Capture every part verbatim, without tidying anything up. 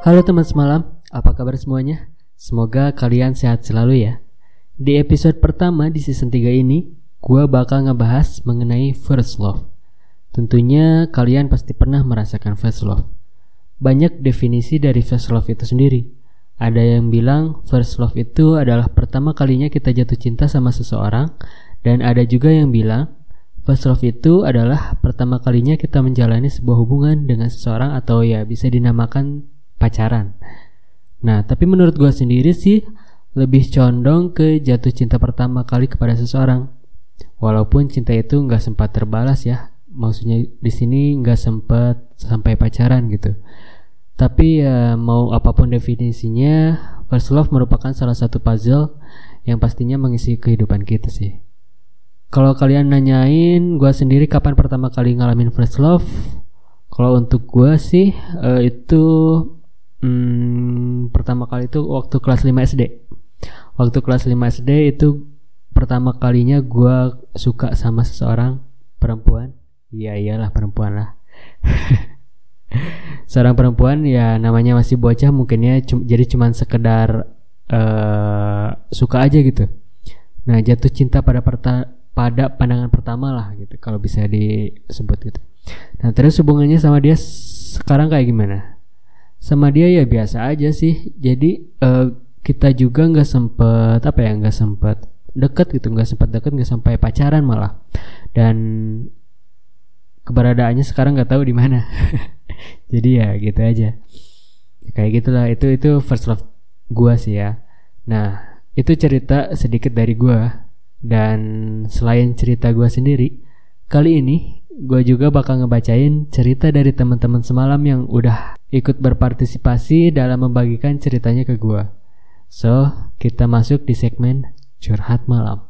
Halo teman semalam, apa kabar semuanya? Semoga kalian sehat selalu ya. Di episode pertama di season tiga ini, gue bakal ngebahas mengenai first love. Tentunya kalian pasti pernah merasakan first love. Banyak definisi dari first love itu sendiri. Ada yang bilang first love itu adalah pertama kalinya kita jatuh cinta sama seseorang. Dan ada juga yang bilang first love itu adalah pertama kalinya kita menjalani sebuah hubungan dengan seseorang atau ya bisa dinamakan pacaran. Nah, tapi menurut gue sendiri sih lebih condong ke jatuh cinta pertama kali kepada seseorang. Walaupun cinta itu nggak sempat terbalas ya, maksudnya di sini nggak sempat sampai pacaran gitu. Tapi ya mau apapun definisinya, first love merupakan salah satu puzzle yang pastinya mengisi kehidupan kita sih. Kalau kalian nanyain gue sendiri kapan pertama kali ngalamin first love, kalau untuk gue sih uh, itu Hmm, pertama kali itu waktu kelas lima S D. Waktu kelas lima S D itu pertama kalinya gue suka sama seseorang perempuan. Iya iyalah perempuan lah. Seorang perempuan ya namanya masih bocah mungkinnya cum- jadi cuman sekedar uh, suka aja gitu. Nah jatuh cinta pada perta- pada pandangan pertama lah gitu kalau bisa disebut gitu. Nah terus hubungannya sama dia sekarang kayak gimana? Sama dia ya biasa aja sih. Jadi uh, kita juga nggak sempet apa ya nggak sempet deket gitu, nggak sempet deket, nggak sampai pacaran malah. Dan keberadaannya sekarang nggak tahu di mana. Jadi ya gitu aja. Kayak gitulah itu itu first love gua sih ya. Nah itu cerita sedikit dari gua. Dan selain cerita gua sendiri, kali ini gue juga bakal ngebacain cerita dari teman-teman semalam yang udah ikut berpartisipasi dalam membagikan ceritanya ke gue. So, kita masuk di segmen Curhat Malam.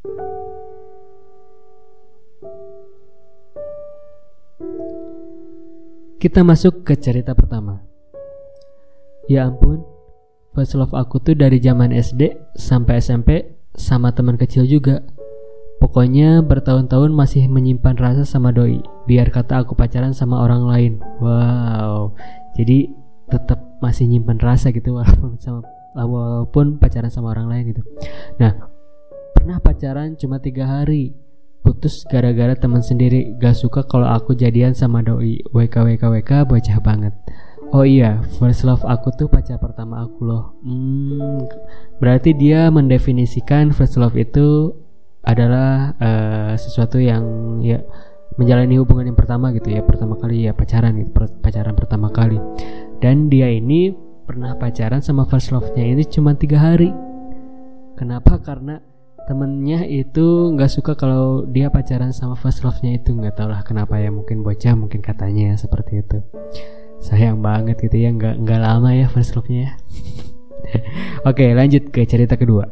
Kita masuk ke cerita pertama. Ya ampun, first love aku tuh dari zaman S D sampai S M P sama teman kecil juga. Pokoknya bertahun-tahun masih menyimpan rasa sama doi. Biar kata aku pacaran sama orang lain. Wow. Jadi tetap masih nyimpan rasa gitu walaupun sama walaupun pacaran sama orang lain gitu. Nah, pernah pacaran cuma tiga hari. Putus gara-gara teman sendiri gak suka kalau aku jadian sama doi. W K W K W K bocah banget. Oh iya, first love aku tuh pacar pertama aku loh. Hmm, berarti dia mendefinisikan first love itu adalah uh, sesuatu yang ya menjalani hubungan yang pertama gitu ya, pertama kali ya pacaran gitu, pacaran pertama kali. Dan dia ini pernah pacaran sama first love-nya ini cuma tiga hari. Kenapa? Karena temennya itu nggak suka kalau dia pacaran sama first love-nya itu, nggak tahu lah kenapa ya, mungkin bocah mungkin katanya seperti itu. Sayang banget gitu ya, nggak nggak lama ya first love-nya ya. Oke lanjut ke cerita kedua.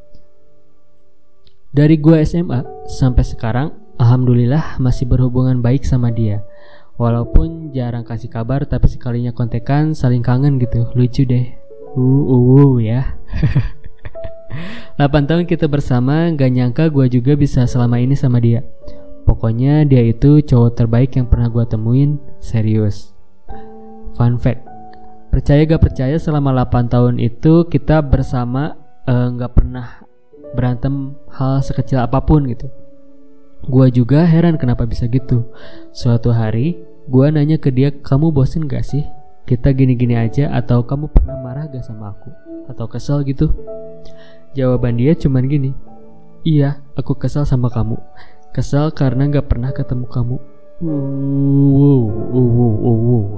Dari gue S M A sampai sekarang, alhamdulillah masih berhubungan baik sama dia. Walaupun jarang kasih kabar, tapi sekalinya kontekan saling kangen gitu. Lucu deh. Uh, uh, uh ya. delapan tahun kita bersama, gak nyangka gue juga bisa selama ini sama dia. Pokoknya dia itu cowok terbaik yang pernah gue temuin. Serius. Fun fact, percaya gak percaya selama delapan tahun itu kita bersama uh, gak pernah berantem hal sekecil apapun gitu. Gua juga heran kenapa bisa gitu. Suatu hari gua nanya ke dia, kamu bosen gak sih kita gini-gini aja, atau kamu pernah marah gak sama aku, atau kesel gitu? Jawaban dia cuman gini, iya aku kesel sama kamu. Kesel karena gak pernah ketemu kamu. Wow, wow, wow, wow.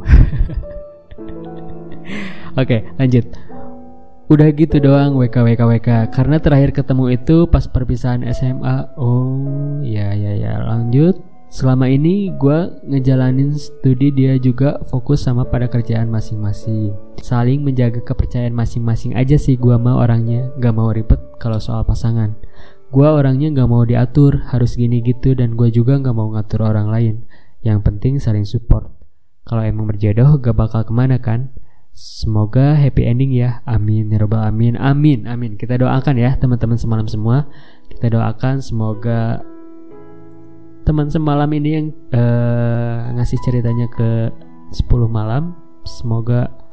Oke lanjut. Udah gitu doang W K W K W K. Karena terakhir ketemu itu pas perpisahan S M A. Oh ya ya ya lanjut. Selama ini gue ngejalanin studi, dia juga fokus sama pada kerjaan masing-masing. Saling menjaga kepercayaan masing-masing aja sih gue mah orangnya. Gak mau ribet kalau soal pasangan. Gue orangnya gak mau diatur, harus gini gitu. Dan gue juga gak mau ngatur orang lain. Yang penting saling support. Kalau emang berjodoh gak bakal kemana kan. Semoga happy ending ya. Amin ya rabbal amin. Amin amin. Kita doakan ya teman-teman semalam semua. Kita doakan semoga teman semalam ini yang uh, ngasih ceritanya ke sepuluh malam, semoga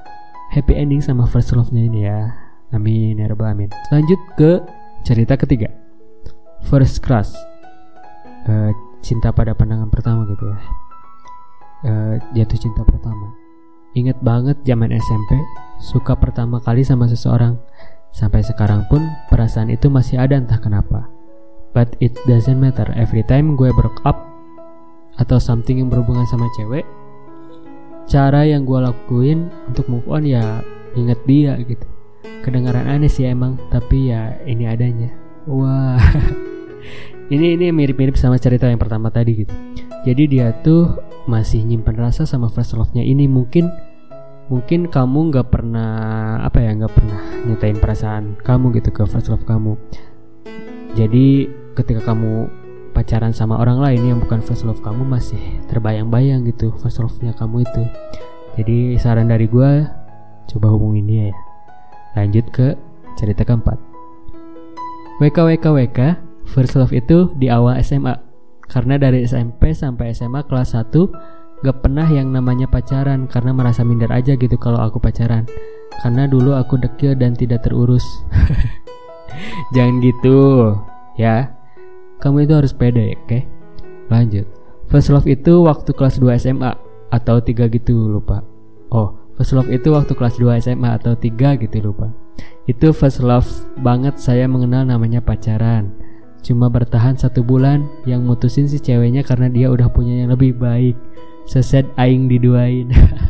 happy ending sama first love-nya ini ya. Amin ya rabbal alamin. Lanjut ke cerita ketiga, First Crush. uh, Cinta pada pandangan pertama gitu ya. uh, Jatuh cinta pertama. Ingat banget zaman S M P, suka pertama kali sama seseorang. Sampai sekarang pun perasaan itu masih ada entah kenapa. But it doesn't matter. Every time gue broke up atau something yang berhubungan sama cewek, cara yang gue lakuin untuk move on ya inget dia gitu. Kedengaran aneh sih emang, tapi ya ini adanya. Wah, ini ini mirip-mirip sama cerita yang pertama tadi gitu. Jadi dia tuh masih nyimpen rasa sama first love-nya ini. Mungkin mungkin kamu nggak pernah apa ya nggak pernah nyatain perasaan kamu gitu ke first love kamu. Jadi ketika kamu pacaran sama orang lain yang bukan first love kamu, masih terbayang-bayang gitu first love-nya kamu itu. Jadi saran dari gue, coba hubungin dia ya. Lanjut ke cerita keempat, W K W K W K. First love itu di awal S M A. Karena dari S M P sampai S M A kelas satu gak pernah yang namanya pacaran, karena merasa minder aja gitu kalau aku pacaran. Karena dulu aku dekil dan tidak terurus. Jangan gitu ya. Kamu itu harus pede, oke? Okay? Lanjut. First love itu waktu kelas dua S M A atau tiga gitu, lupa. Oh, first love itu waktu kelas dua S M A atau tiga gitu, lupa. Itu first love banget saya mengenal namanya pacaran. Cuma bertahan satu bulan, yang mutusin si ceweknya karena dia udah punya yang lebih baik. Seset aing diduain.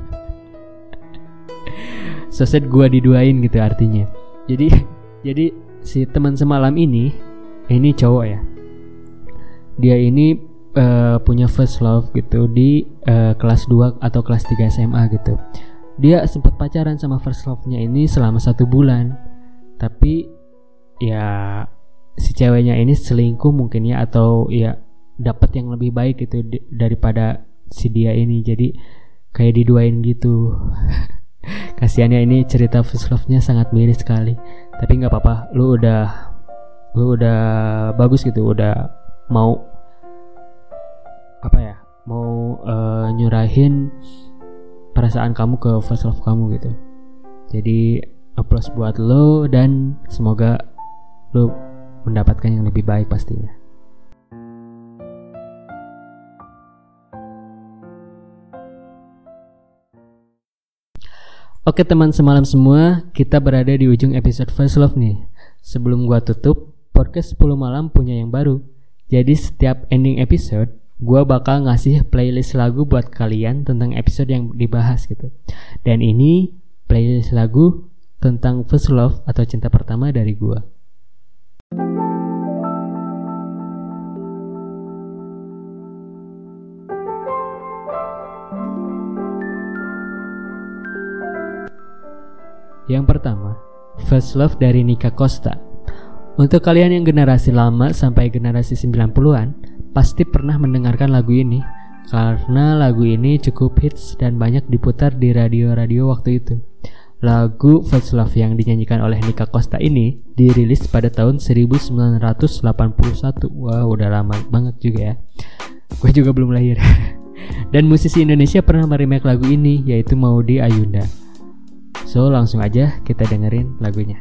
Seset gua diduain gitu artinya. Jadi jadi si teman semalam ini, ini cowok ya. Dia ini uh, punya first love gitu di uh, kelas dua atau kelas tiga S M A gitu. Dia sempat pacaran sama first love-nya ini selama satu bulan. Tapi ya si ceweknya ini selingkuh mungkin ya, atau ya dapat yang lebih baik gitu di, daripada si dia ini. Jadi kayak diduain gitu. Kasiannya, ini cerita first love-nya sangat miris sekali. Tapi nggak apa-apa, lu udah lu udah bagus gitu, udah mau apa ya, mau uh, nyurahin perasaan kamu ke first love kamu gitu. Jadi applause buat lo, dan semoga lo mendapatkan yang lebih baik pastinya. Oke teman semalam semua, kita berada di ujung episode First Love nih. Sebelum gua tutup, podcast sepuluh malam punya yang baru. Jadi setiap ending episode, gua bakal ngasih playlist lagu buat kalian tentang episode yang dibahas gitu. Dan ini playlist lagu tentang First Love atau cinta pertama dari gua. Yang pertama, First Love dari Nika Costa. Untuk kalian yang generasi lama sampai generasi sembilan puluhan, pasti pernah mendengarkan lagu ini, karena lagu ini cukup hits dan banyak diputar di radio-radio waktu itu. Lagu First Love yang dinyanyikan oleh Nika Costa ini dirilis pada tahun seribu sembilan ratus delapan puluh satu. Wow, udah lama banget juga ya. Gue juga belum lahir. Dan musisi Indonesia pernah meremake lagu ini, yaitu Maudy Ayunda. So langsung aja kita dengerin lagunya.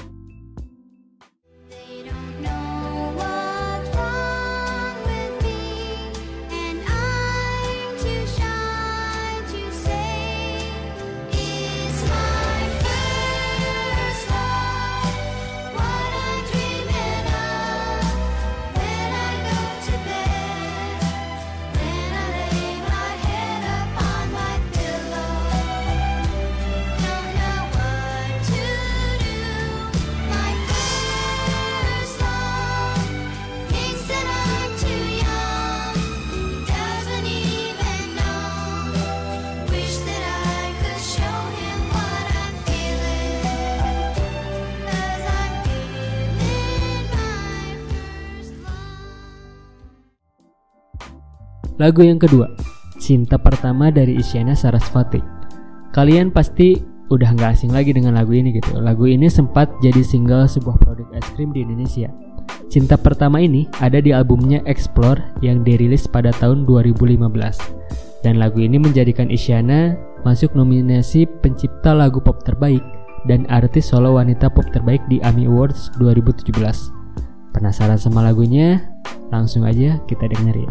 Lagu yang kedua, Cinta Pertama dari Isyana Sarasvati. Kalian pasti udah gak asing lagi dengan lagu ini gitu. Lagu ini sempat jadi single sebuah produk es krim di Indonesia. Cinta Pertama ini ada di albumnya Explore yang dirilis pada tahun dua ribu lima belas. Dan lagu ini menjadikan Isyana masuk nominasi pencipta lagu pop terbaik dan artis solo wanita pop terbaik di AMI Awards dua ribu tujuh belas. Penasaran sama lagunya? Langsung aja kita dengerin.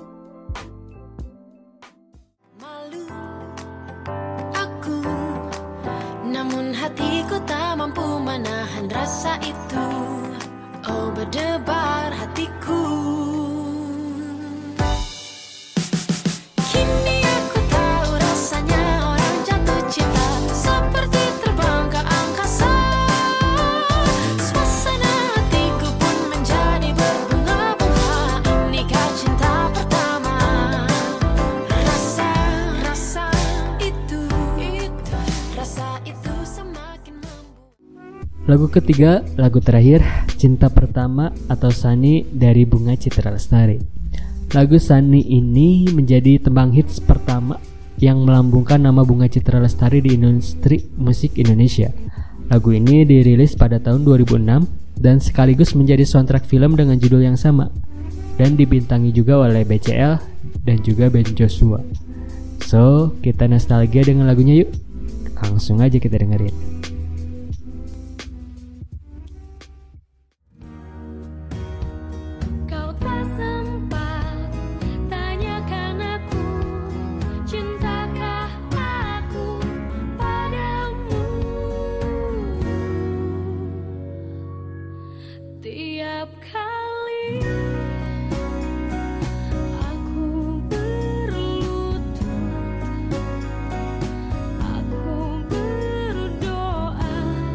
Malu aku, namun hatiku tak mampu menahan rasa itu. Oh, berdebar hatiku. Kini aku tahu rasanya orang jatuh cinta, seperti terbang ke angkasa. Suasana hatiku pun menjadi berbunga-bunga. Inikah cinta pertama? Rasa, rasa itu, itu, rasa itu semakin membuat. Lagu ketiga, lagu terakhir, Cinta Pertama atau Sunny dari Bunga Citra Lestari. Lagu Sunny ini menjadi tembang hits pertama yang melambungkan nama Bunga Citra Lestari di industri musik Indonesia. Lagu ini dirilis pada tahun dua ribu enam dan sekaligus menjadi soundtrack film dengan judul yang sama, dan dibintangi juga oleh B C L dan juga Ben Joshua. So, kita nostalgia dengan lagunya yuk. Langsung aja kita dengerin. Kau tak sempat tanyakan aku, cintakah aku padamu? Tiap kali aku berlutut, aku berdoa,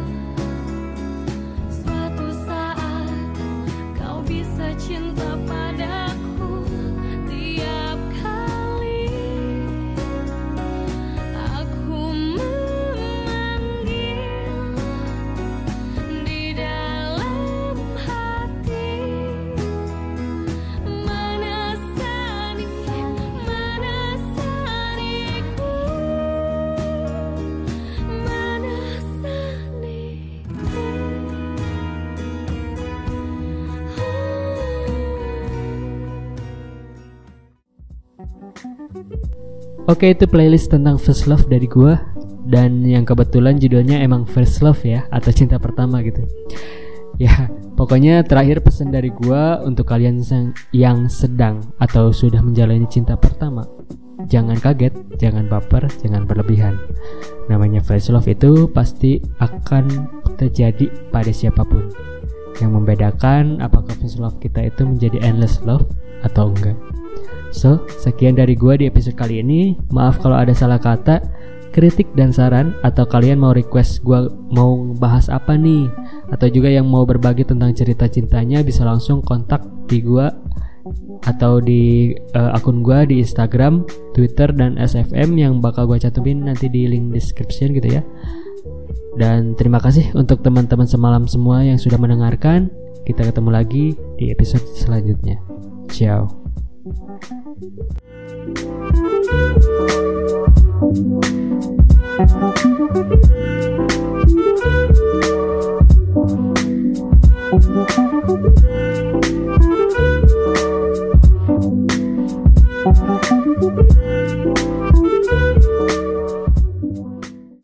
suatu saat kau bisa cinta padaku. Tiap kali aku memanggil di dalam hati, mana Sunny, mana Sunnyku, mana Sunnyku. Oke, itu playlist tentang First Love dari gua, dan yang kebetulan judulnya emang First Love ya, atau cinta pertama gitu. Ya, pokoknya terakhir pesan dari gua untuk kalian yang sedang atau sudah menjalani cinta pertama. Jangan kaget, jangan baper, jangan berlebihan. Namanya first love itu pasti akan terjadi pada siapapun. Yang membedakan apakah first love kita itu menjadi endless love atau enggak. So, sekian dari gua di episode kali ini. Maaf kalau ada salah kata, kritik dan saran, atau kalian mau request gua mau bahas apa nih, atau juga yang mau berbagi tentang cerita cintanya, bisa langsung kontak di gua atau di uh, akun gua di Instagram, Twitter, dan S F M yang bakal gua cantumin nanti di link description gitu ya. Dan terima kasih untuk teman-teman semalam semua yang sudah mendengarkan. Kita ketemu lagi di episode selanjutnya. Ciao. Thank you.